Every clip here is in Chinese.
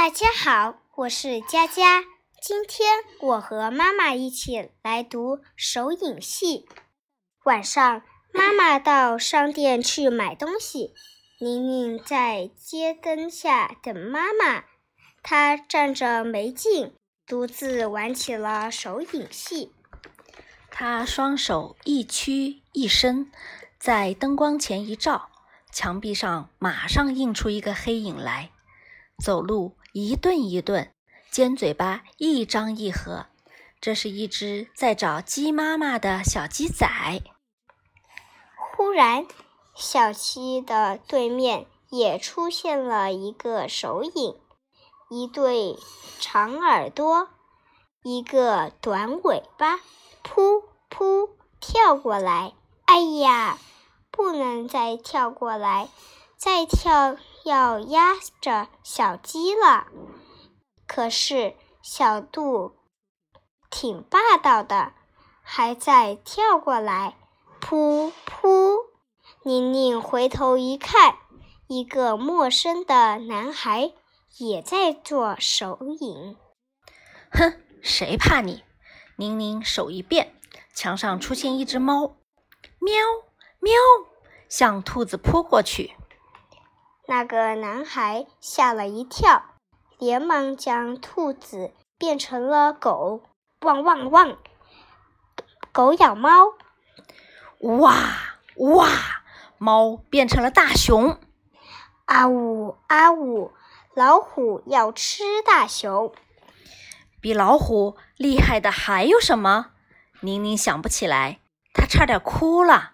大家好，我是佳佳。今天我和妈妈一起来读手影戏。晚上，妈妈到商店去买东西，宁宁在街灯下等妈妈。她站着没劲，独自玩起了手影戏。 她双手一屈一伸，在灯光前一照，墙壁上马上映出一个黑影来。走路一顿一顿，尖嘴巴一张一合，这是一只在找鸡妈妈的小鸡仔。 忽然，小溪的对面也出现了一个手影，一对长耳朵，一个短尾巴，噗噗跳过来。哎呀，不能再跳过来，再跳要压着小鸡了。可是小杜挺霸道的，还在跳过来。噗噗，宁宁回头一看，一个陌生的男孩也在做手影。 哼，谁怕你？宁宁手一变，墙上出现一只猫，喵喵，向兔子扑过去。 那个男孩吓了一跳，连忙将兔子变成了狗，汪汪汪，狗咬猫。 哇哇，猫变成了大熊。 啊呜啊呜，老虎要吃大熊。 比老虎厉害的还有什么？宁宁想不起来，她差点哭了。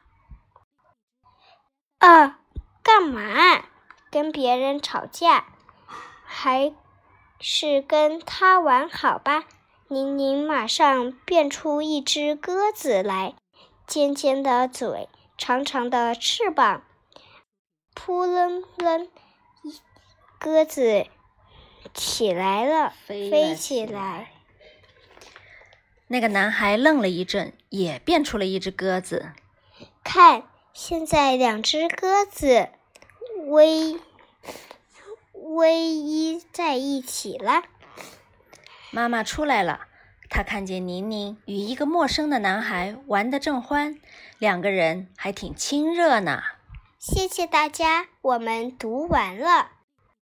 干嘛？跟别人吵架？还是跟他玩好吧。宁宁马上变出一只鸽子来，尖尖的嘴，长长的翅膀，扑棱棱，鸽子起来了，飞起来。 那个男孩愣了一阵，也变出了一只鸽子。 看，现在两只鸽子偎依在一起了。 妈妈出来了，她看见宁宁与一个陌生的男孩玩得正欢，两个人还挺亲热呢。 谢谢大家，我们读完了。